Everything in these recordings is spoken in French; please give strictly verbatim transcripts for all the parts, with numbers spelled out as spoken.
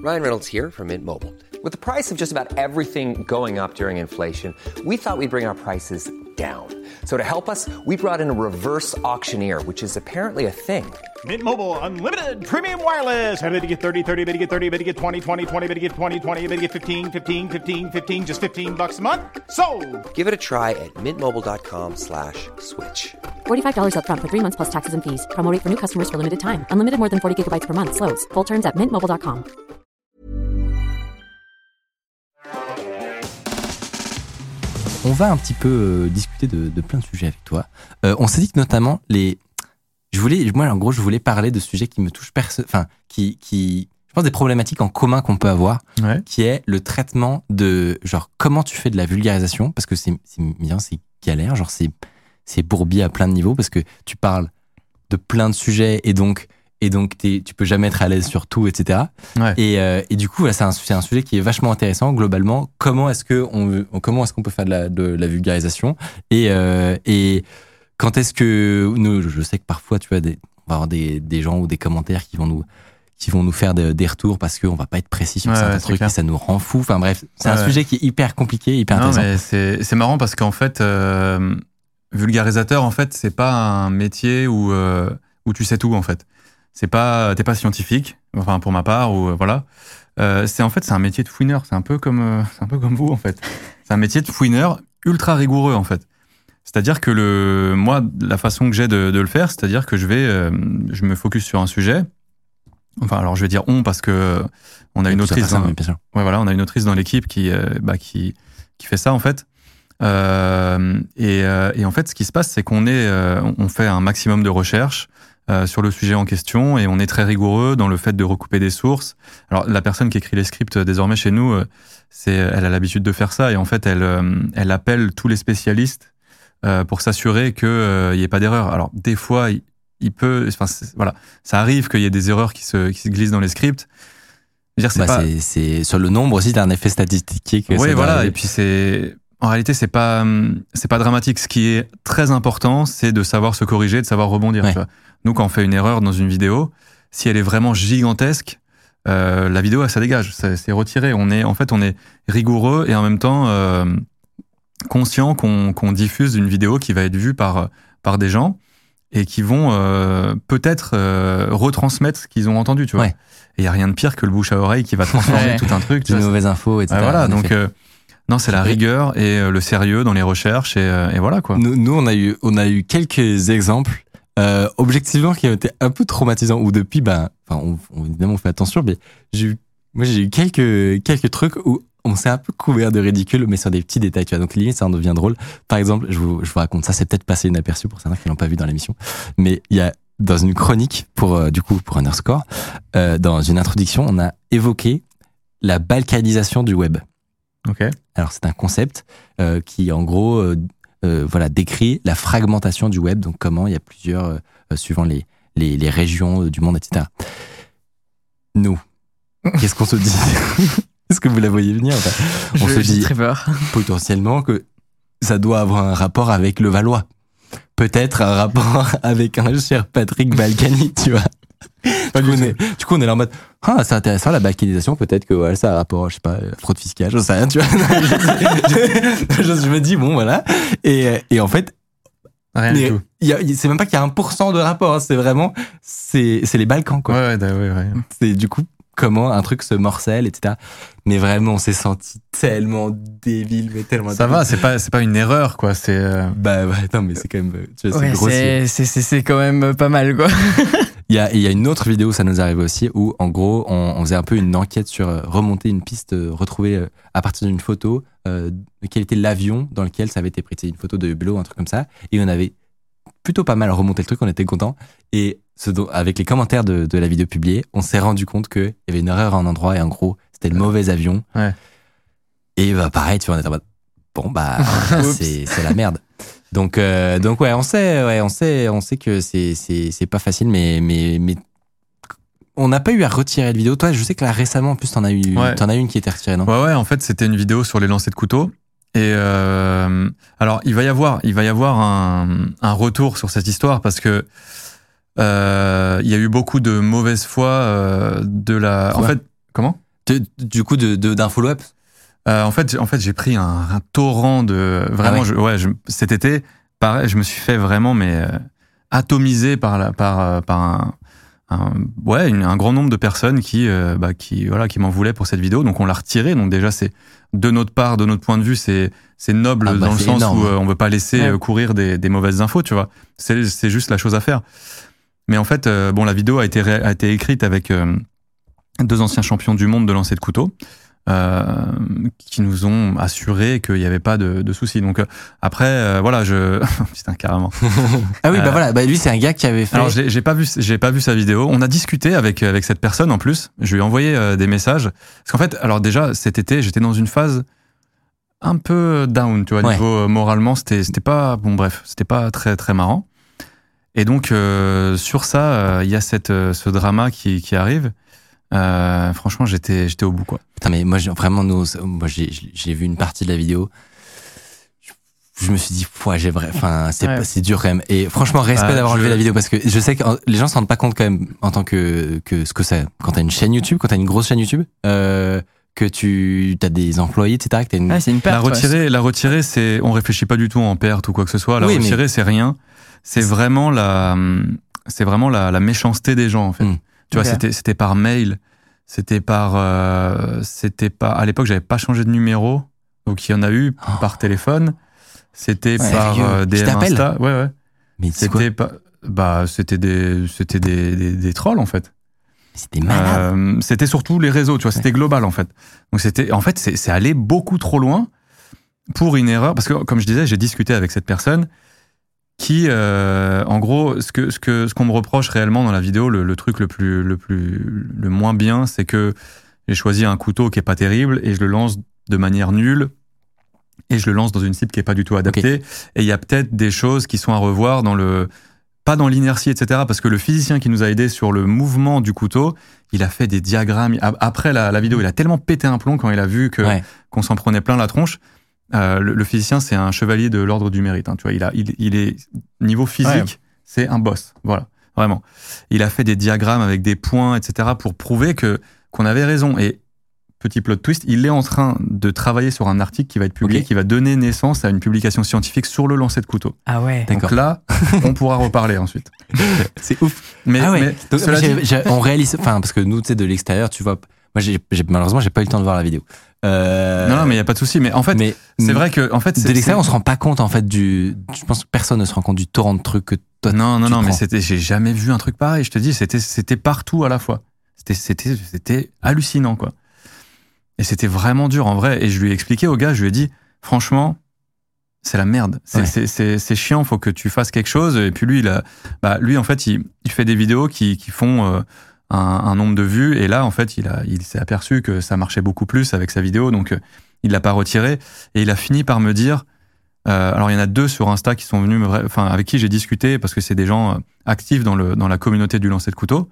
Ryan Reynolds here from Mint Mobile. With the price of just about everything going up during inflation, we thought we'd bring our prices down. So to help us, we brought in a reverse auctioneer, which is apparently a thing. Mint Mobile Unlimited Premium Wireless. How to get thirty, thirty, how to get thirty, how to get twenty, twenty, twenty, how to get twenty, twenty, how to get fifteen, fifteen, fifteen, fifteen, just fifteen bucks a month? Sold! Give it a try at mintmobile.com slash switch. forty-five dollars up front for three months plus taxes and fees. Promo rate for new customers for limited time. Unlimited more than forty gigabytes per month. Slows full terms at mint mobile dot com. On va un petit peu euh, discuter de, de plein de sujets avec toi. Euh, on s'est dit que notamment les, je voulais, moi en gros, je voulais parler de sujets qui me touchent perso, enfin qui, qui, je pense des problématiques en commun qu'on peut avoir, ouais. qui est le traitement de, genre comment tu fais de la vulgarisation, parce que c'est, c'est bien, c'est galère, genre c'est, c'est bourbier à plein de niveaux parce que tu parles de plein de sujets et donc. Et donc, t'es, tu peux jamais être à l'aise sur tout, et cetera. Ouais. Et, euh, et du coup, voilà, c'est, un, c'est un sujet qui est vachement intéressant. Globalement, comment est-ce que on, comment est-ce qu'on peut faire de la, de la vulgarisation et, euh, et quand est-ce que nous, je sais que parfois, tu vois, des, on va avoir des, des gens ou des commentaires qui vont nous, qui vont nous faire de, des retours parce qu'on va pas être précis sur ouais, certains ouais, trucs clair. Et ça nous rend fou. Enfin bref, c'est ouais, un ouais. sujet qui est hyper compliqué, hyper non, intéressant. Mais c'est, c'est marrant parce qu'en fait, euh, vulgarisateur, en fait, c'est pas un métier où, euh, où tu sais tout, en fait. C'est pas, t'es pas scientifique, enfin pour ma part, ou euh, voilà. Euh, c'est en fait, c'est un métier de fouineur. C'est un peu comme, euh, c'est un peu comme vous en fait. C'est un métier de fouineur ultra rigoureux en fait. C'est-à-dire que le, moi, la façon que j'ai de, de le faire, c'est-à-dire que je vais, euh, je me focus sur un sujet. Enfin, alors je vais dire on parce que on a une autrice. Dans, bien sûr. Ouais, voilà, on a une autrice dans l'équipe qui, euh, bah, qui, qui fait ça en fait. Euh, et, euh, et en fait, ce qui se passe, c'est qu'on est, euh, on fait un maximum de recherches. Euh, sur le sujet en question et on est très rigoureux dans le fait de recouper des sources. Alors la personne qui écrit les scripts euh, désormais chez nous, euh, c'est, elle a l'habitude de faire ça et en fait elle, euh, elle appelle tous les spécialistes euh, pour s'assurer qu'il euh, n'y ait pas d'erreur. Alors des fois il, il peut, enfin voilà, ça arrive qu'il y ait des erreurs qui se, qui se glissent dans les scripts. Je veux dire, c'est, bah, pas... c'est, c'est sur le nombre aussi, t'as un effet statistique. Oui voilà arriver. Et puis c'est en réalité, c'est pas, c'est pas dramatique. Ce qui est très important, c'est de savoir se corriger, de savoir rebondir. Ouais. Tu vois. Nous, quand on fait une erreur dans une vidéo, si elle est vraiment gigantesque, euh, la vidéo, ça dégage, c'est, c'est retiré. On est, en fait, on est rigoureux et en même temps euh, conscient qu'on, qu'on diffuse une vidéo qui va être vue par, par des gens et qui vont euh, peut-être euh, retransmettre ce qu'ils ont entendu. Tu vois. Ouais. Et il y a rien de pire que le bouche à oreille qui va transformer ouais. tout un truc. Des mauvaises infos, et cetera. Ouais, voilà, donc. Euh, Non, c'est la rigueur et le sérieux dans les recherches et, et voilà quoi. Nous, nous, on a eu, on a eu quelques exemples, euh, objectivement, qui ont été un peu traumatisants. Ou depuis, ben, enfin, on, on, évidemment, on fait attention, mais j'ai eu, moi, j'ai eu quelques, quelques trucs où on s'est un peu couvert de ridicule, mais sur des petits détails, tu vois. Donc, limite, ça en devient drôle. Par exemple, je vous, je vous raconte ça, c'est peut-être passé inaperçu pour certains qui l'ont pas vu dans l'émission, mais il y a, dans une chronique pour, euh, du coup, pour Underscore, euh, dans une introduction, on a évoqué la balkanisation du web. Ok. Alors c'est un concept euh, qui en gros euh, euh, voilà décrit la fragmentation du web, donc comment il y a plusieurs euh, suivant les, les les régions du monde, et cetera. Nous, qu'est-ce qu'on se dit? Est-ce que vous la voyez venir? Enfin, on Je, se j'ai dit très peur. potentiellement que ça doit avoir un rapport avec le Valois, peut-être un rapport avec un cher Patrick Balkany, tu vois. Du coup, on est, du coup, on est là en mode, ah, c'est intéressant, la balkanisation, peut-être que, voilà, ça a un rapport, je sais pas, fraude fiscale, je sais rien, tu vois. je, je, je me dis, bon, voilà. Et, et en fait, rien du tout. Y a, c'est même pas qu'il y a un pour cent de rapport, hein, c'est vraiment, c'est, c'est les Balkans, quoi. Ouais, ouais, ouais, ouais. C'est du coup, comment un truc se morcelle, et cetera. Mais vraiment, on s'est senti tellement débile, mais tellement Ça débile. va, c'est pas, c'est pas une erreur, quoi, c'est, euh... Bah, ouais, non, mais c'est quand même, tu vois, Ouais, c'est grossier. c'est, c'est, c'est, c'est quand même pas mal, quoi. Il y a, il y a une autre vidéo, ça nous arrive aussi, où en gros, on, on faisait un peu une enquête sur euh, remonter une piste, euh, retrouver euh, à partir d'une photo euh, quel était l'avion dans lequel ça avait été pris. C'est une photo de Hublot, un truc comme ça. Et on avait plutôt pas mal remonté le truc, on était contents. Et ce dont, avec les commentaires de, de la vidéo publiée, on s'est rendu compte qu'il y avait une erreur à un endroit et en gros, c'était le mauvais avion. Ouais. Et bah, pareil, tu vois, on était en mode, bon, bah, c'est, c'est la merde. Donc, euh, donc ouais, on sait, ouais, on sait, on sait que c'est, c'est, c'est pas facile, mais, mais, mais, on n'a pas eu à retirer de vidéo. Toi, je sais que là, récemment, en plus, t'en as eu, ouais. t'en as une qui était retirée, non? Ouais, ouais, en fait, c'était une vidéo sur les lancers de couteau. Et, euh, alors, il va y avoir, il va y avoir un, un retour sur cette histoire parce que, euh, il y a eu beaucoup de mauvaise foi, euh, de la, Foi. en fait, comment? De, du coup, de, de, d'un follow-up euh, En fait, en fait j'ai pris un, un torrent de... Vraiment, ah ouais. Je, ouais, je, cet été, pareil, je me suis fait vraiment mais, euh, atomiser par, la, par, par un... Un, ouais, une, un grand nombre de personnes qui, euh, bah, qui, voilà, qui m'en voulaient pour cette vidéo. Donc on l'a retirée. Donc déjà, c'est de notre part, de notre point de vue, c'est, c'est noble ah bah, dans c'est le sens énorme. Où euh, on veut pas laisser ouais. euh, courir des, des mauvaises infos, tu vois. C'est, c'est juste la chose à faire. Mais en fait, euh, bon, la vidéo a été, ré, a été écrite avec euh, deux anciens champions du monde de lancer de couteau. Euh, qui nous ont assuré qu'il n'y avait pas de, de soucis. Donc euh, après, euh, voilà, je putain carrément. ah oui, euh, bah voilà, bah lui c'est un gars qui avait fait. Alors j'ai, j'ai pas vu, j'ai pas vu sa vidéo. On a discuté avec avec cette personne en plus. Je lui ai envoyé euh, des messages parce qu'en fait, alors déjà cet été, j'étais dans une phase un peu down, tu vois, ouais. niveau euh, moralement, c'était c'était pas bon, bref, c'était pas très très marrant. Et donc euh, sur ça, il euh, y a cette euh, ce drama qui qui arrive. Euh, franchement, j'étais, j'étais au bout, quoi. Putain, mais moi, j'ai, vraiment, nous, moi, j'ai, j'ai vu une partie de la vidéo. Je, je me suis dit, ouais, j'ai vrai, enfin, c'est, ouais. c'est dur quand même. Et franchement, respect ah, d'avoir je... enlevé la vidéo parce que je sais que les gens se rendent pas compte quand même en tant que, que ce que c'est. Quand t'as une chaîne YouTube, quand t'as une grosse chaîne YouTube, euh, que tu as des employés, et cetera. Que t'as une... Ah, c'est une perte. La retirer, ouais. la retirer, c'est, on réfléchit pas du tout en perte ou quoi que ce soit. La oui, retirer, mais... c'est rien. C'est vraiment la, c'est vraiment la, la méchanceté des gens, en fait. Mm. Tu okay. vois, c'était, c'était par mail, c'était par, euh, c'était par, à l'époque, j'avais pas changé de numéro, donc il y en a eu oh. par téléphone. C'était ouais, par euh, des Insta. Ouais, ouais. Mais c'était pas, bah, c'était des, c'était des, des, des trolls, en fait. C'était malade. Euh, c'était surtout les réseaux, tu vois, ouais. c'était global, en fait. Donc c'était, en fait, c'est, c'est allé beaucoup trop loin pour une erreur, parce que, comme je disais, j'ai discuté avec cette personne qui, euh, en gros, ce que ce que ce qu'on me reproche réellement dans la vidéo, le, le truc le plus le plus le moins bien, c'est que j'ai choisi un couteau qui est pas terrible et je le lance de manière nulle et je le lance dans une cible qui est pas du tout adaptée. Okay. Et il y a peut-être des choses qui sont à revoir dans le pas dans l'inertie, et cetera. Parce que le physicien qui nous a aidé sur le mouvement du couteau, il a fait des diagrammes. Après la, la vidéo, il a tellement pété un plomb quand il a vu que ouais. qu'on s'en prenait plein la tronche. Euh, le, le physicien, c'est un chevalier de l'ordre du mérite. Hein, tu vois, il a, il, il est niveau physique, ouais. c'est un boss. Voilà, vraiment. Il a fait des diagrammes avec des points, et cetera, pour prouver que qu'on avait raison. Et petit plot twist, il est en train de travailler sur un article qui va être publié, okay. qui va donner naissance à une publication scientifique sur le lancer de couteau. Ah ouais. Donc d'accord. Là, on pourra reparler ensuite. C'est ouf. Mais, ah ouais. mais donc, cela j'ai, dit... j'ai, on réalise, enfin parce que nous, tu sais, de l'extérieur, tu vois. Moi, j'ai, j'ai, malheureusement, j'ai pas eu le temps de voir la vidéo. Euh... Non, non, mais il y a pas de souci. Mais en fait, mais, c'est vrai que, en fait, de l'extérieur, on se rend pas compte, en fait, du. Je pense que personne ne se rend compte du torrent de trucs que toi. Non, non, tu non, prends. mais c'était, j'ai jamais vu un truc pareil. Je te dis, c'était, c'était partout à la fois. C'était, c'était, c'était hallucinant, quoi. Et c'était vraiment dur, en vrai. Et je lui ai expliqué au gars, je lui ai dit, franchement, c'est la merde. C'est, ouais. c'est, c'est, c'est chiant. Faut que tu fasses quelque chose. Et puis lui, il a, bah, lui, en fait, il, il fait des vidéos qui, qui font. Euh, Un, un nombre de vues, et là en fait il a il s'est aperçu que ça marchait beaucoup plus avec sa vidéo, donc euh, il l'a pas retiré et il a fini par me dire euh, alors il y en a deux sur Insta qui sont venus me, enfin avec qui j'ai discuté parce que c'est des gens actifs dans le dans la communauté du lancer de couteau.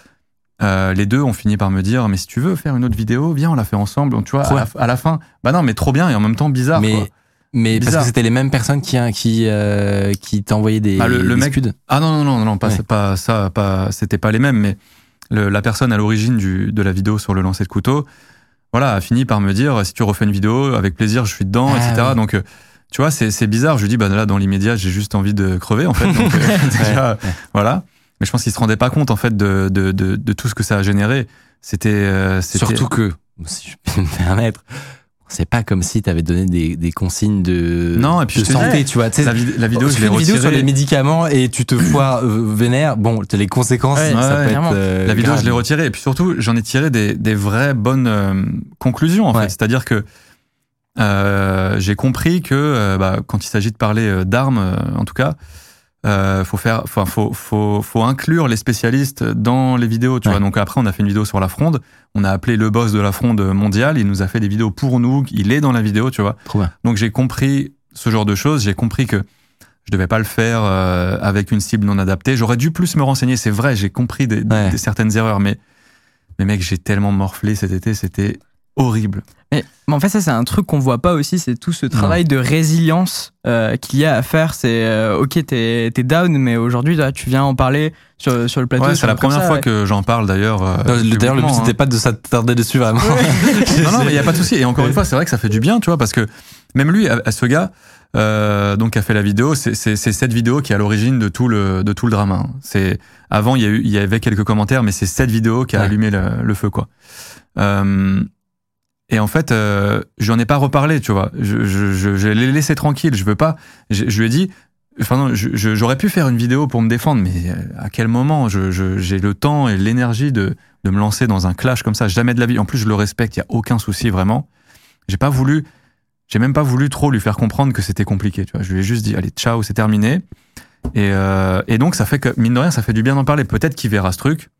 Euh, les deux ont fini par me dire mais si tu veux faire une autre vidéo, viens on la fait ensemble, donc tu vois à la, à la fin bah non mais trop bien et en même temps bizarre mais... quoi. Mais bizarre. Parce que c'était les mêmes personnes qui qui euh, qui t'envoyaient des, bah, le, le des mec spuds. Ah non non non non pas ouais. pas ça pas c'était pas les mêmes mais Le, la personne à l'origine du, de la vidéo sur le lancer de couteau, voilà, a fini par me dire si tu refais une vidéo, avec plaisir, je suis dedans, ah, et cetera. Oui. Donc, tu vois, c'est, c'est bizarre. Je lui dis, bah là, dans l'immédiat, j'ai juste envie de crever, en fait. Donc, déjà, ouais. voilà. Mais je pense qu'il se rendait pas compte, en fait, de, de, de, de tout ce que ça a généré. C'était, euh, c'était... Surtout que, si je peux me permettre, c'est pas comme si t'avais donné des, des consignes de, non, et puis de santé, tu vois. La, vid- la vidéo, je l'ai une retirée. vidéo sur les médicaments et tu te foires euh, vénère. Bon, les conséquences, ouais, ça ouais, peut clairement. être. Euh, la vidéo, grave. je l'ai retirée. Et puis surtout, j'en ai tiré des, des vraies bonnes euh, conclusions, en ouais. fait. C'est-à-dire que euh, j'ai compris que euh, bah, quand il s'agit de parler d'armes, euh, en tout cas, euh, faut faire, enfin, faut, faut, faut inclure les spécialistes dans les vidéos, tu ouais. vois. Donc après, on a fait une vidéo sur la fronde. On a appelé le boss de la fronde mondiale. Il nous a fait des vidéos pour nous. Il est dans la vidéo, tu vois. Trop bien. Donc j'ai compris ce genre de choses. J'ai compris que je devais pas le faire euh, avec une cible non adaptée. J'aurais dû plus me renseigner. C'est vrai, j'ai compris des, ouais. des, des certaines erreurs, mais mais mec, j'ai tellement morflé cet été. C'était horrible. Mais, mais en fait, ça, c'est un truc qu'on voit pas aussi, c'est tout ce travail non. de résilience euh, qu'il y a à faire. C'est euh, ok, t'es, t'es down, mais aujourd'hui, là, tu viens en parler sur, sur le plateau. Ouais, c'est la première ça, fois ouais. que j'en parle d'ailleurs. Euh, non, d'ailleurs, le but, c'était hein. pas de s'attarder dessus vraiment. Ouais. non, non, mais il n'y a pas de souci. Et encore une fois, c'est vrai que ça fait du bien, tu vois, parce que même lui, à, à ce gars, euh, donc, qui a fait la vidéo, c'est, c'est, c'est cette vidéo qui est à l'origine de tout le, de tout le drama. C'est, avant, il y a eu, il y avait quelques commentaires, mais c'est cette vidéo qui a ouais. allumé le, le feu, quoi. Euh, Et en fait, euh, je n'en ai pas reparlé, tu vois. Je, je, je, je l'ai laissé tranquille. Je veux pas. Je, je lui ai dit, enfin non, je, je, j'aurais pu faire une vidéo pour me défendre, mais à quel moment je, je, j'ai le temps et l'énergie de, de me lancer dans un clash comme ça? Jamais de la vie. En plus, je le respecte. Il y a aucun souci vraiment. J'ai pas voulu. J'ai même pas voulu trop lui faire comprendre que c'était compliqué. Tu vois. Je lui ai juste dit, allez, ciao, c'est terminé. Et, euh, et donc, ça fait que mine de rien, ça fait du bien d'en parler. Peut-être qu'il verra ce truc.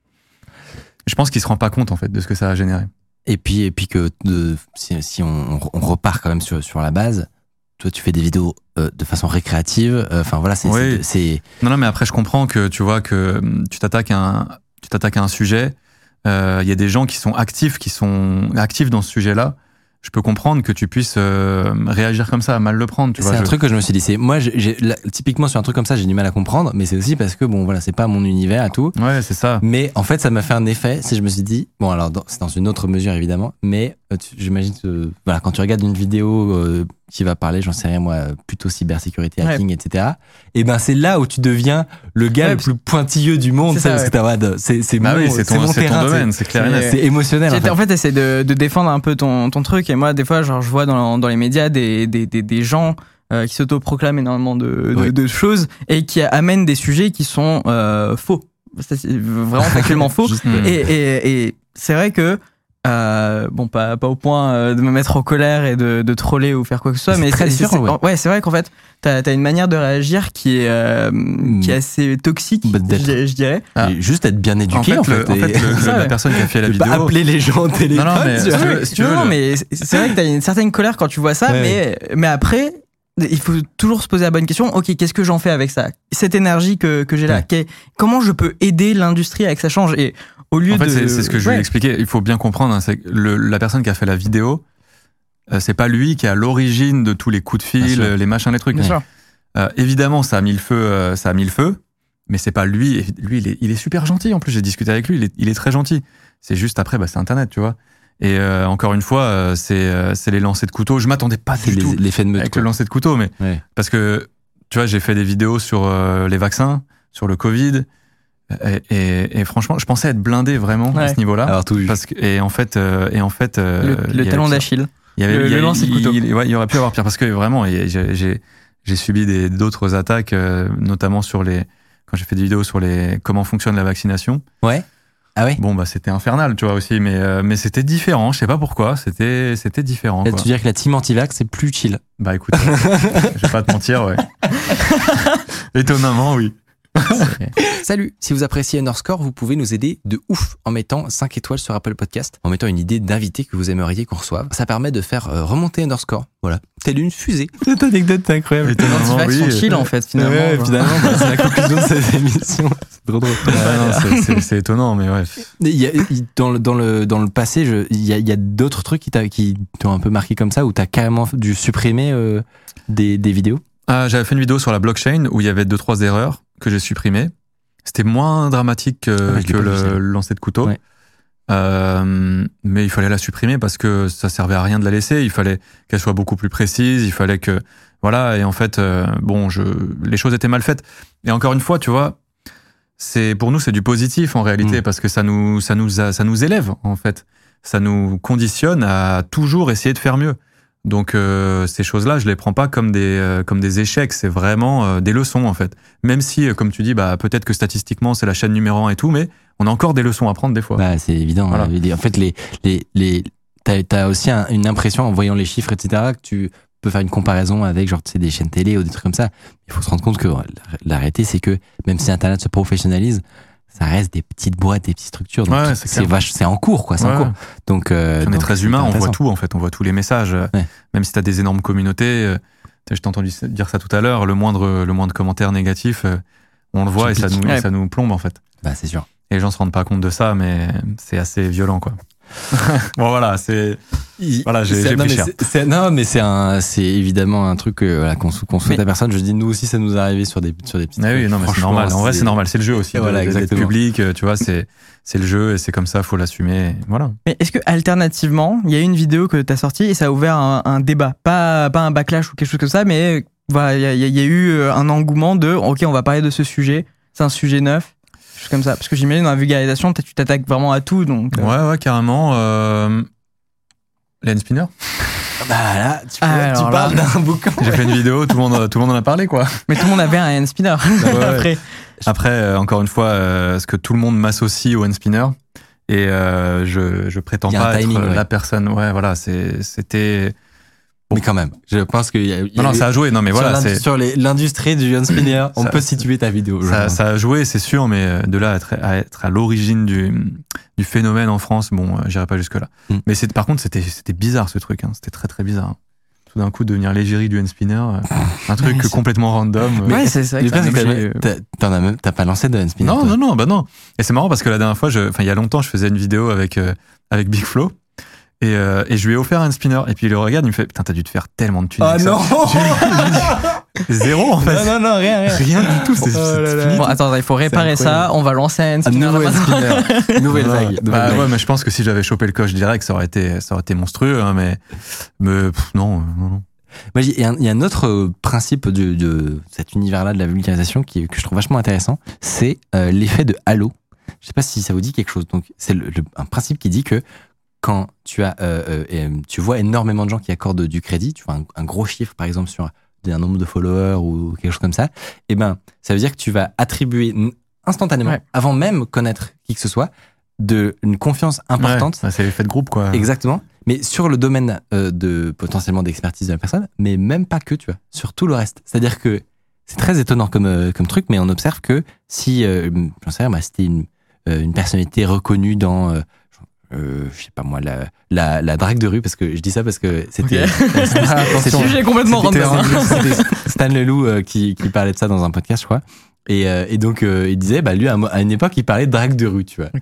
Je pense qu'il se rend pas compte en fait de ce que ça a généré. Et puis, et puis que de, si, si on, on repart quand même sur, sur la base, toi tu fais des vidéos euh, de façon récréative. Enfin euh, voilà, c'est, oui. c'est, c'est. Non non, mais après je comprends que tu vois que tu t'attaques à un, tu t'attaques à un sujet. Il euh, y a des gens qui sont actifs, qui sont actifs dans ce sujet-là. Je peux comprendre que tu puisses euh, réagir comme ça, à mal le prendre. Tu c'est vois, un je... truc que je me suis dit. C'est moi, j'ai, j'ai, là, typiquement sur un truc comme ça, j'ai du mal à comprendre, mais c'est aussi parce que bon, voilà, c'est pas mon univers à tout. Ouais, c'est ça. Mais en fait, ça m'a fait un effet. Si je me suis dit, bon, alors dans, c'est dans une autre mesure évidemment, mais euh, tu, j'imagine que voilà, quand tu regardes une vidéo euh, qui va parler, j'en sais rien moi, plutôt cybersécurité, hacking, ouais. et cetera. Et ben c'est là où tu deviens le gars ouais, le plus pointilleux du monde, c'est ça, parce ouais. que t'as ouais, c'est c'est bah mon, oui, c'est ton, c'est mon c'est terrain, ton domaine, c'est, c'est clair et net. C'est émotionnel. En fait, en fait t'essaies de, de défendre un peu ton ton truc, et moi des fois genre je vois dans dans les médias des des des, des gens euh, qui s'autoproclament énormément de, de, oui. de choses et qui amènent des sujets qui sont euh, faux, c'est vraiment factuellement faux. et, et, et c'est vrai que euh, bon, pas, pas au point euh, de me mettre en colère et de, de troller ou faire quoi que ce soit, c'est mais très c'est, différent, c'est, ouais. ouais, c'est vrai qu'en fait, t'as, t'as une manière de réagir qui est, euh, mmh. qui est assez toxique, je, je dirais. Ah. Juste être bien éduqué, en fait. En fait, le, en fait le, le, la personne qui a fait la vidéo. Pas appeler les gens au téléphone. Non, non, mais, si tu veux, si tu veux, non, le... mais c'est vrai que t'as une certaine colère quand tu vois ça, ouais. mais, mais après, il faut toujours se poser la bonne question. Ok, qu'est-ce que j'en fais avec ça? Cette énergie que, que j'ai là, ouais. comment je peux aider l'industrie à que ça change? Et au lieu en fait, de... c'est, c'est ce que je voulais ouais. expliquer. Il faut bien comprendre, hein, c'est que le, la personne qui a fait la vidéo, euh, c'est pas lui qui est à l'origine de tous les coups de fil, les machins, les trucs. Bien sûr. Euh, évidemment, ça a mis le feu, euh, ça a mis le feu, mais c'est pas lui. Lui, il est, il est super gentil. En plus, j'ai discuté avec lui. Il est, il est très gentil. C'est juste après, bah, c'est Internet, tu vois. Et euh, encore une fois, euh, c'est, euh, c'est les lancers de couteau. Je m'attendais pas c'est du les, tout l'effet de meute, avec quoi. le lancer de couteau, mais ouais. parce que tu vois, j'ai fait des vidéos sur euh, les vaccins, sur le Covid. Et, et, et franchement, je pensais être blindé vraiment ouais. à ce niveau-là. Alors tout parce que et en fait, euh, et en fait, euh, le, le talon d'Achille. Il y avait le, il y le lancer de couteau. Il, il, ouais, il y aurait pu avoir pire parce que vraiment, j'ai, j'ai, j'ai subi des, d'autres attaques, euh, notamment sur les quand j'ai fait des vidéos sur les comment fonctionne la vaccination. Ouais. Ah ouais. Bon bah c'était infernal, tu vois aussi, mais euh, mais c'était différent. Je sais pas pourquoi. C'était c'était différent. Tu veux dire que la team anti-vax c'est plus chill. Bah écoute, je vais pas te mentir, ouais. Étonnamment, oui. Salut, si vous appréciez Underscore, vous pouvez nous aider de ouf en mettant cinq étoiles sur Apple Podcast, en mettant une idée d'invité que vous aimeriez qu'on reçoive. Ça permet de faire remonter Underscore. Voilà, telle une fusée. Cette anecdote est incroyable. Les anti-vax sont chill en fait finalement. Ouais, bah. finalement, bah, c'est la conclusion de cette émission. C'est trop drôle. Ouais, non, c'est, c'est, c'est étonnant, mais ouais. Il y a, dans, le, dans, le, dans le passé, je, il, y a, il y a d'autres trucs qui, t'a, qui t'ont un peu marqué comme ça, où t'as carrément dû supprimer euh, des, des vidéos. Ah, j'avais fait une vidéo sur la blockchain où il y avait deux trois erreurs que j'ai supprimées. C'était moins dramatique que, ah, que le, le lancer de couteau. Ouais. Euh, mais il fallait la supprimer parce que ça servait à rien de la laisser. Il fallait qu'elle soit beaucoup plus précise. Il fallait que, voilà. Et en fait, euh, bon, je, les choses étaient mal faites. Et encore une fois, tu vois, c'est, pour nous, c'est du positif en réalité, mmh. parce que ça nous, ça nous a, ça nous élève, en fait. Ça nous conditionne à toujours essayer de faire mieux. Donc euh, ces choses-là, je les prends pas comme des euh, comme des échecs, c'est vraiment euh, des leçons en fait. Même si, euh, comme tu dis, bah peut-être que statistiquement c'est la chaîne numéro un et tout, mais on a encore des leçons à prendre des fois. Bah c'est évident. Voilà. En fait, les les les t'as, t'as aussi un, une impression en voyant les chiffres, et cetera, que tu peux faire une comparaison avec genre tu sais des chaînes télé ou des trucs comme ça. Il faut se rendre compte que la réalité c'est que même si Internet se professionnalise, ça reste des petites boîtes, des petites structures. Donc ouais, c'est, c'est, vache, c'est en cours, quoi. C'est ouais. en cours. Donc, euh, on est donc, très humain, on voit tout, en fait. On voit tous les messages. Ouais. Même si t'as des énormes communautés, euh, je t'ai entendu dire ça tout à l'heure, le moindre, le moindre commentaire négatif, euh, on le voit et ça, nous, ouais. et ça nous plombe, en fait. Bah, c'est sûr. Et les gens se rendent pas compte de ça, mais c'est assez violent, quoi. Bon, voilà, c'est, Il- Voilà, j'ai, c'est- j'ai non, pris mais cher. c'est- c'est- non, mais c'est un, c'est évidemment un truc que, voilà, qu'on, sou- qu'on souhaite Mais- à personne. Je dis, nous aussi, ça nous est arrivé sur des, sur des petites. Ah oui, non, mais c'est Franchement, normal. En vrai, c'est normal. C'est le jeu aussi. Et voilà, de- d'être exactement. public, euh, tu vois, c'est, c'est le jeu et c'est comme ça, faut l'assumer. Voilà. Mais est-ce que alternativement, il y a une vidéo que tu as sortie et ça a ouvert un, un débat, pas, pas un backlash ou quelque chose comme ça, mais voilà, il y, a- il y a eu un engouement de ok, on va parler de ce sujet, c'est un sujet neuf, quelque chose comme ça. Parce que j'imagine dans la vulgarisation, peut-être tu t'attaques vraiment à tout, donc. euh, Ouais, ouais, carrément. Euh... Lane Spinner. Bah là, tu, Ah, vois, alors tu là- parles d'un bouquin. J'ai fait une vidéo, tout le monde, tout le monde en a parlé, quoi. Mais tout le monde avait un hand spinner. ouais. Après. Après, euh, encore une fois, euh, ce que tout le monde m'associe au hand spinner et euh, je, je prétends Il y a un pas timing, être ouais. la personne. Ouais, voilà, c'est, c'était. Mais quand même, je pense qu'il y a. il y Non, non, a- ça a joué. Non, mais sur voilà, l'indu- c'est. sur les- l'industrie du hand spinner, on Ça- peut situer ta vidéo. Ça, genre. ça a joué, c'est sûr, mais euh, de là à être à, être à l'origine du, du phénomène en France, bon, euh, j'irai pas jusque-là. Mm. Mais c'est, par contre, c'était, c'était bizarre ce truc, hein, c'était très très bizarre. Tout d'un coup, devenir l'égérie du hand spinner, euh, un truc Ouais, c'est- complètement random. euh. Ouais, c'est ça. Le pire, c'est que objet, t'as- t'as- t'en as même, t'as pas lancé de hand spinner. Non, toi. non, non, bah non. Et c'est marrant parce que la dernière fois, je, enfin, il y a longtemps, je faisais une vidéo avec, euh, avec Big Flo. Et, euh, et je lui ai offert un spinner. Et puis il le regarde, il me fait, putain, t'as dû te faire tellement de thunes. Ah avec ça. non. Je lui ai dit, Zéro, en fait. Non, non, non, rien, rien. Rien du tout. C'est, Oh c'est là là. fini. Bon, attends, il faut réparer incroyable. ça. On va lancer un hand Un spinner. nouveau là, hand spinner. Nouvelle Ouais. vague. Bah nouvelle ouais, vague. mais je pense que si j'avais chopé le coche direct, ça aurait été, ça aurait été monstrueux, hein, mais, mais pff, non, euh, non, non. Moi, il y, a un- il y a un autre euh, principe de, de cet univers-là de la vulgarisation qui, que je trouve vachement intéressant, c'est euh, l'effet de halo. Je sais pas si ça vous dit quelque chose. Donc, c'est le, le- un principe qui dit que quand tu as, euh, euh, et, euh, tu vois énormément de gens qui accordent du crédit, tu vois un, un gros chiffre par exemple sur un nombre de followers ou quelque chose comme ça, et ben, ça veut dire que tu vas attribuer n- instantanément, Ouais. avant même connaître qui que ce soit, de une confiance importante. Ouais, ouais, c'est l'effet de groupe, quoi. Exactement. Mais sur le domaine euh, de potentiellement d'expertise de la personne, mais même pas que, tu vois, sur tout le reste. C'est-à-dire que c'est très étonnant comme, euh, comme truc, mais on observe que si, euh, j'en sais rien, bah, c'était une, euh, une personnalité reconnue dans, euh, euh, je sais pas moi, la, la, la drague de rue, parce que je dis ça parce que c'était. Ok. c'était- Ce c'était- sujet est complètement c'était random. hein. c'était Stan Leloup euh, qui, qui parlait de ça dans un podcast, je crois. Et, euh, et donc, euh, il disait, bah, lui, à, mo- à une époque, il parlait de drague de rue, tu vois. Ok.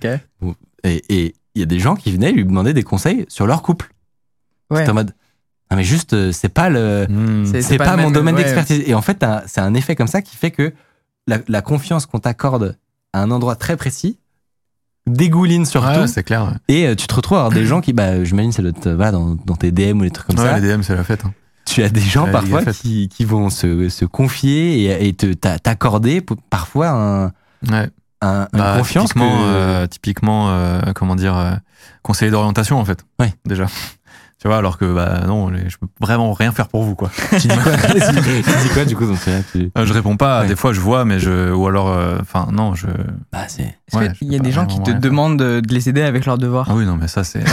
Et et il y a des gens qui venaient lui demander des conseils sur leur couple. Ouais. C'était en mode, non mais juste, euh, c'est pas le, Mmh. C'est- c'est pas, le mon même- domaine ouais. d'expertise. Et en fait, t'as- c'est un effet comme ça qui fait que la, la confiance qu'on t'accorde à un endroit très précis dégouline sur Ouais, tout. c'est clair. Ouais, Et euh, tu te retrouves à avoir des gens qui, bah, j'imagine, c'est le, voilà, dans, dans tes D M ou des trucs comme ouais ça. les D M, c'est la fête. Hein. Tu as des gens Ouais, parfois les gars, qui, qui vont se, se confier et, et te, t'a- t'accorder p- parfois un, Ouais. un, une Bah, confiance typiquement, que- euh, typiquement euh, comment dire, euh, conseiller d'orientation en fait. Ouais. Déjà. Tu vois, alors que bah non, les- je peux vraiment rien faire pour vous quoi. Tu dis quoi Tu dis quoi du coup dans ce cas-là, tu- Euh, je réponds pas. Ouais. Des fois, je vois, mais je ou alors, enfin non, je. Bah, c'est. Est-ce Ouais, qu'il je y a peux des pas gens qui vraiment te rien faire. demandent de, de les aider avec leurs devoirs? Ah oui, non, mais ça c'est.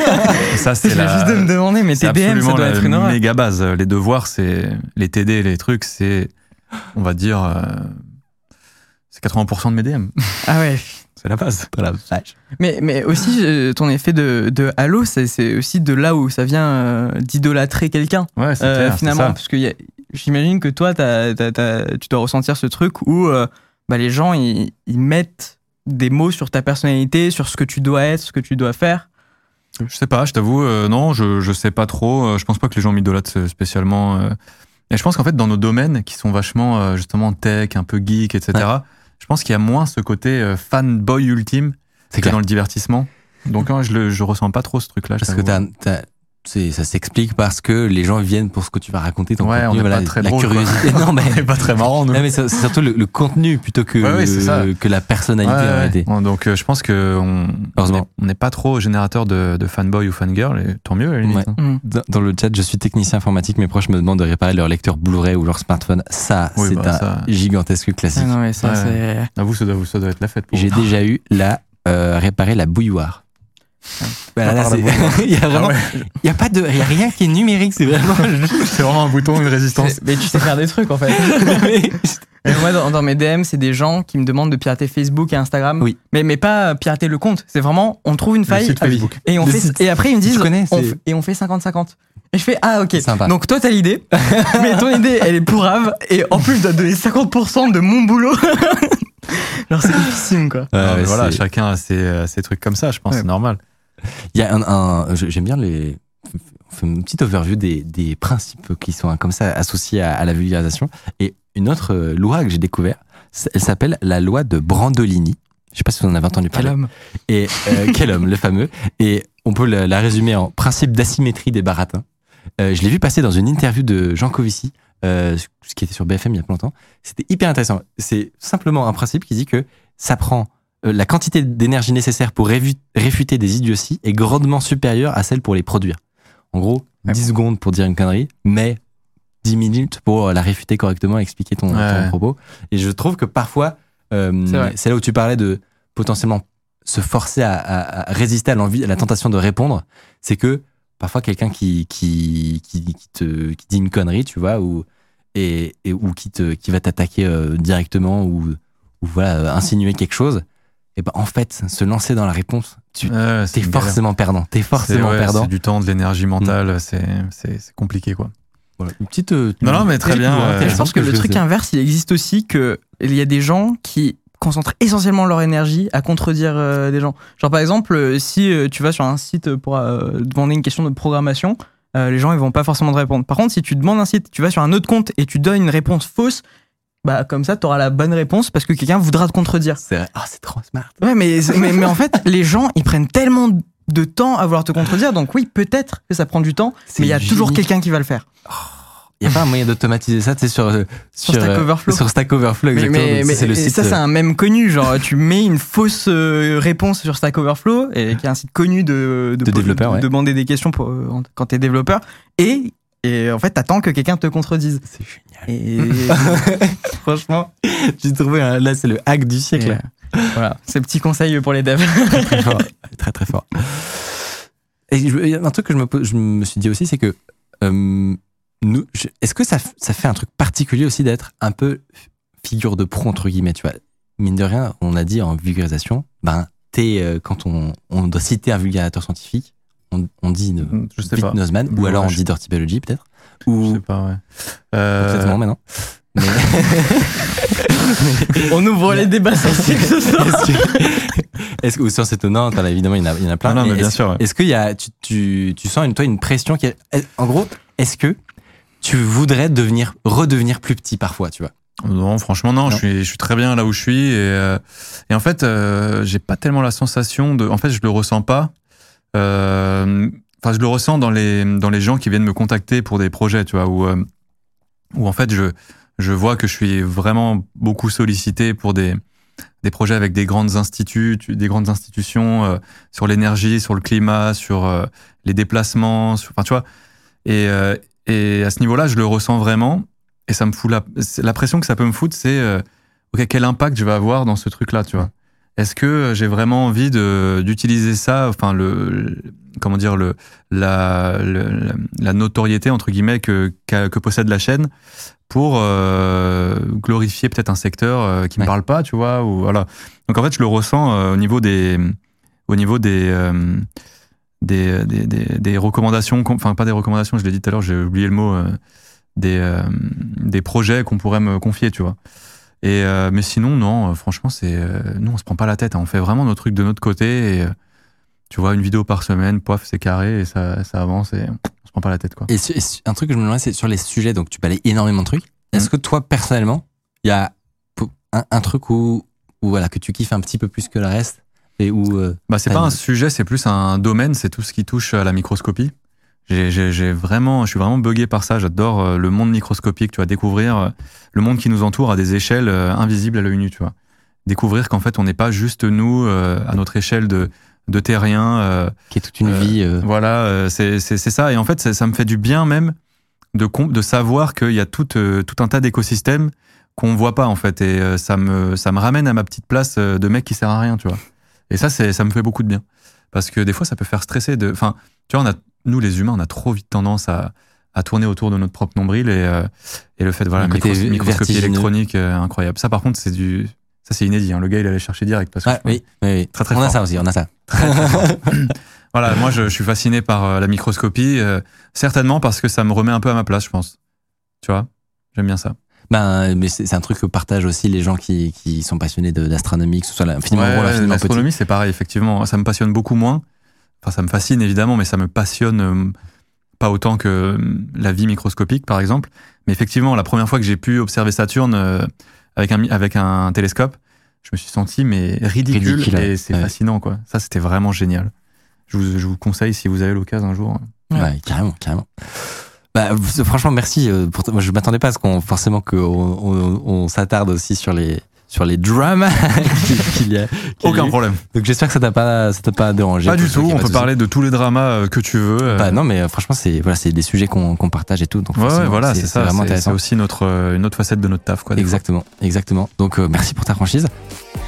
ça C'est c'est la. juste de me demander, mais c'est tes D M, ça absolument doit la être une horreur. méga base. Les devoirs, c'est les T D, les trucs, c'est, on va dire, euh, c'est quatre-vingts pour cent de mes D M. Ah ouais. C'est la base. Dans la vache. Mais, mais aussi, euh, ton effet de, de halo, c'est, c'est aussi de là où ça vient euh, d'idolâtrer quelqu'un. Ouais, c'est Euh, clair. c'est finalement, ça. parce que y a- j'imagine que toi, t'as, t'as, t'as- tu dois ressentir ce truc où euh, bah, les gens, ils, ils mettent des mots sur ta personnalité, sur ce que tu dois être, ce que tu dois faire. Je sais pas, je t'avoue, euh, non, je, je sais pas trop. Euh, Je pense pas que les gens m'idolâtrent spécialement. euh. Et je pense qu'en fait, dans nos domaines qui sont vachement, euh, justement, tech, un peu geek, et cetera, je pense qu'il y a moins ce côté euh, fanboy ultime C'est que clair. dans le divertissement. Donc, hein, je, le, je ressens pas trop ce truc-là. je Parce que t'avoue. t'as, t'as- c'est, ça s'explique parce que les gens viennent pour ce que tu vas raconter, ton Ouais, contenu, on n'est voilà, pas très la drôle, quoi. curiosité. Non, mais, On n'est pas très marrant, nous. non, mais c'est, c'est surtout le, le contenu plutôt que, Ouais, ouais, c'est ça. que la personnalité Ouais, en ouais. réalité. Bon, donc, euh, je pense que on Heureusement. on n'est pas trop générateur de, de fanboy ou fangirl, et tant mieux, à la limite. Ouais. hein. Mm. Dans, dans le chat, je suis technicien informatique, mes proches me demandent de réparer leur lecteur Blu-ray ou leur smartphone. Ça, Oui, c'est bah, un ça- gigantesque classique. Ah non, mais ça, Ouais. c'est. À vous, ça doit, ça doit être la fête pour J'ai vous. déjà eu la euh, réparer la bouilloire. Bah, là, Par la c'est- bouilloire. il y a vraiment, Ah ouais. il y a pas de, il y a rien qui est numérique, c'est vraiment. C'est vraiment un bouton, une résistance. c'est- Mais tu sais faire des trucs en fait. Et moi, dans, dans mes D M, c'est des gens qui me demandent de pirater Facebook et Instagram. Oui. Mais, mais pas pirater le compte. C'est vraiment, on trouve une faille. site ah oui. Facebook. Et, on Le fait, site. et après, ils me disent. Je connais, on c'est- f- et on fait cinquante cinquante. Et je fais, ah ok. Sympa. Donc toi, t'as l'idée. Mais ton idée, elle est pourrave. Et en plus, je dois donner cinquante pour cent de mon boulot. Genre, c'est difficile, quoi. Ouais, Non, mais ouais, voilà, c'est- chacun a ses, euh, ses trucs comme ça, je pense, Ouais. c'est normal. Il y a un, un- je- j'aime bien les fait une petite overview des, des principes qui sont comme ça associés à, à la vulgarisation. Et une autre euh, loi que j'ai découvert, elle s'appelle la loi de Brandolini. Je sais pas si vous en avez entendu parler. Quel homme. Et euh, quel homme, le fameux. Et on peut la, la résumer en principe d'asymétrie des baratins. Euh, je l'ai vu passer dans une interview de Jean Covici, euh, ce qui était sur B F M il y a pas longtemps. C'était hyper intéressant. C'est simplement un principe qui dit que ça prend euh, la quantité d'énergie nécessaire pour révu- réfuter des idioties est grandement supérieure à celle pour les produire. En gros, dix secondes pour dire une connerie, mais dix minutes pour la réfuter correctement et expliquer ton, ouais. ton propos. Et je trouve que parfois, euh, c'est, c'est là où tu parlais de potentiellement se forcer à, à, à résister à l'envie, à la tentation de répondre. C'est que parfois quelqu'un qui, qui, qui, qui, te, qui dit une connerie, tu vois, ou, et, et, ou qui, te, qui va t'attaquer euh, directement ou, ou voilà, insinuer quelque chose, et ben en fait, se lancer dans la réponse, tu ouais, t'es forcément galère. perdant. T'es forcément c'est, ouais, perdant. C'est du temps, de l'énergie mentale, mmh. c'est, c'est, c'est compliqué, quoi. Voilà, une petite. Euh, non, non, mais très bien. Euh, je pense que, que le truc dire. inverse, il existe aussi que il y a des gens qui concentrent essentiellement leur énergie à contredire euh, des gens. Genre par exemple, si euh, tu vas sur un site pour euh, demander une question de programmation, euh, les gens ils vont pas forcément te répondre. Par contre, si tu demandes un site, tu vas sur un autre compte et tu donnes une réponse fausse, bah comme ça, tu auras la bonne réponse parce que quelqu'un voudra te contredire. C'est ah, oh, c'est trop smart. Ouais, mais, mais mais en fait, les gens ils prennent tellement de temps à vouloir te contredire, donc oui, peut-être que ça prend du temps, c'est mais il y a génique. Toujours quelqu'un qui va le faire. Oh. Il n'y a pas un moyen d'automatiser ça, tu sais, sur, sur, sur Stack Overflow. Sur Stack Overflow, exactement. Mais, mais, mais c'est le site, ça, c'est un mème connu. Genre, tu mets une fausse réponse sur Stack Overflow, et qui est un site connu de, de, de développeurs, de ouais. demander des questions pour, quand t'es développeur. Et, et en fait, t'attends que quelqu'un te contredise. C'est génial. Et franchement, j'ai trouvé un, là, c'est le hack du siècle. Et, voilà, c'est petit conseil pour les devs. Très, très fort. Très, très fort. Et je, un truc que je me, je me suis dit aussi, c'est que, euh, Nous, je, est-ce que ça, ça fait un truc particulier aussi d'être un peu figure de pro entre guillemets, tu vois, mine de rien, on a dit en vulgarisation, ben t'es euh, quand on, on doit citer un vulgarisateur scientifique, on, on dit une, je sais Pete Nosman, ou ouais, alors on je... dit Dirty Biology peut-être, ou je sais pas, ouais. Euh... Peut-être maintenant. Mais... on ouvre les débats scientifiques ce soir. Est-ce que, est-ce que, ou sciences étonnantes, évidemment il y en a, il y en a plein. Ah non, mais, mais bien est-ce, sûr. Ouais. Est-ce qu'il y a, tu, tu, tu sens une, toi une pression qui, est, en gros, est-ce que tu voudrais devenir, redevenir plus petit parfois, tu vois? Non, franchement, non, non. Je suis, je suis très bien là où je suis. Et, euh, et en fait, euh, j'ai pas tellement la sensation de. En fait, je le ressens pas. Euh, enfin, je le ressens dans les, dans les gens qui viennent me contacter pour des projets, tu vois, où, euh, où en fait, je, je vois que je suis vraiment beaucoup sollicité pour des, des projets avec des grandes instituts, des grandes institutions euh, sur l'énergie, sur le climat, sur euh, les déplacements, sur, enfin, tu vois. Et, euh, Et à ce niveau-là, je le ressens vraiment, et ça me fout la, la pression que ça peut me foutre, c'est euh, ok, quel impact je vais avoir dans ce truc-là, tu vois. Est-ce que j'ai vraiment envie de d'utiliser ça, enfin le, le comment dire le la, le, la notoriété entre guillemets que que, que possède la chaîne pour euh, glorifier peut-être un secteur euh, qui ouais. me parle pas, tu vois, ou voilà. Donc en fait, je le ressens euh, au niveau des au niveau des euh, Des, des, des, des recommandations, enfin pas des recommandations, je l'ai dit tout à l'heure, j'ai oublié le mot, euh, des, euh, des projets qu'on pourrait me confier, tu vois. Et, euh, mais sinon, non, euh, franchement, c'est, euh, nous, on se prend pas la tête, hein, on fait vraiment nos trucs de notre côté, et euh, tu vois, une vidéo par semaine, pof, c'est carré, et ça, ça avance, et on se prend pas la tête, quoi. Et, et un truc que je me demandais, c'est sur les sujets, donc tu balayes énormément de trucs. Mmh. Est-ce que toi, personnellement, il y a un, un truc où, où, voilà, que tu kiffes un petit peu plus que le reste? Et où, euh, bah c'est pas une... un sujet, c'est plus un domaine, c'est tout ce qui touche à la microscopie. J'ai, j'ai, j'ai vraiment, je suis vraiment buggé par ça. J'adore le monde microscopique, tu vois, découvrir le monde qui nous entoure à des échelles invisibles à l'œil nu, tu vois. Découvrir qu'en fait, on n'est pas juste nous euh, à notre échelle de de terrien, euh, qui est toute une euh, vie. Euh... Voilà, euh, c'est c'est c'est ça. Et en fait, ça, ça me fait du bien même de de savoir qu'il y a tout euh, tout un tas d'écosystèmes qu'on voit pas en fait. Et euh, ça me ça me ramène à ma petite place de mec qui sert à rien, tu vois. Et ça, c'est, ça me fait beaucoup de bien. Parce que des fois, ça peut faire stresser. De, enfin, tu vois, on a, nous, les humains, on a trop vite tendance à, à tourner autour de notre propre nombril. Et, euh, et le fait de, voilà, micros, microscopie électronique, euh, incroyable. Ça, par contre, c'est du, ça, c'est inédit. Hein. Le gars, il allait chercher direct. Parce que, ah, oui, oui, oui. Très, très on fort. a ça aussi, on a ça. Très, très fort. Voilà, moi, je, je suis fasciné par euh, la microscopie. Euh, certainement parce que ça me remet un peu à ma place, je pense. Tu vois, j'aime bien ça. Ben, mais c'est, c'est un truc que partagent aussi les gens qui, qui sont passionnés de, d'astronomie, que ce soit l'infiniment ouais, gros, l'infiniment petit. L'astronomie, c'est pareil, effectivement. Ça me passionne beaucoup moins. Enfin, ça me fascine, évidemment, mais ça me passionne pas autant que la vie microscopique, par exemple. Mais effectivement, la première fois que j'ai pu observer Saturne euh, avec un avec un télescope, je me suis senti mais ridicule, ridicule et c'est ouais. fascinant, quoi. Ça, c'était vraiment génial. Je vous, je vous conseille si vous avez l'occasion un jour. Ouais, ouais carrément, carrément. Bah, franchement, merci. Pour t- Moi, je m'attendais pas à ce qu'on forcément qu'on on, on s'attarde aussi sur les sur les dramas qu'il y a. Qu'il Aucun y a problème. Donc j'espère que ça t'a pas ça t'a pas dérangé. Pas du tout. On peut parler de tous les dramas que tu veux. Bah non, mais franchement, c'est voilà, c'est des sujets qu'on qu'on partage et tout. Donc ouais, ouais voilà, c'est, c'est ça. C'est vraiment c'est, intéressant. C'est aussi notre une autre facette de notre taf, quoi. Exactement, exactement. Donc euh, merci pour ta franchise.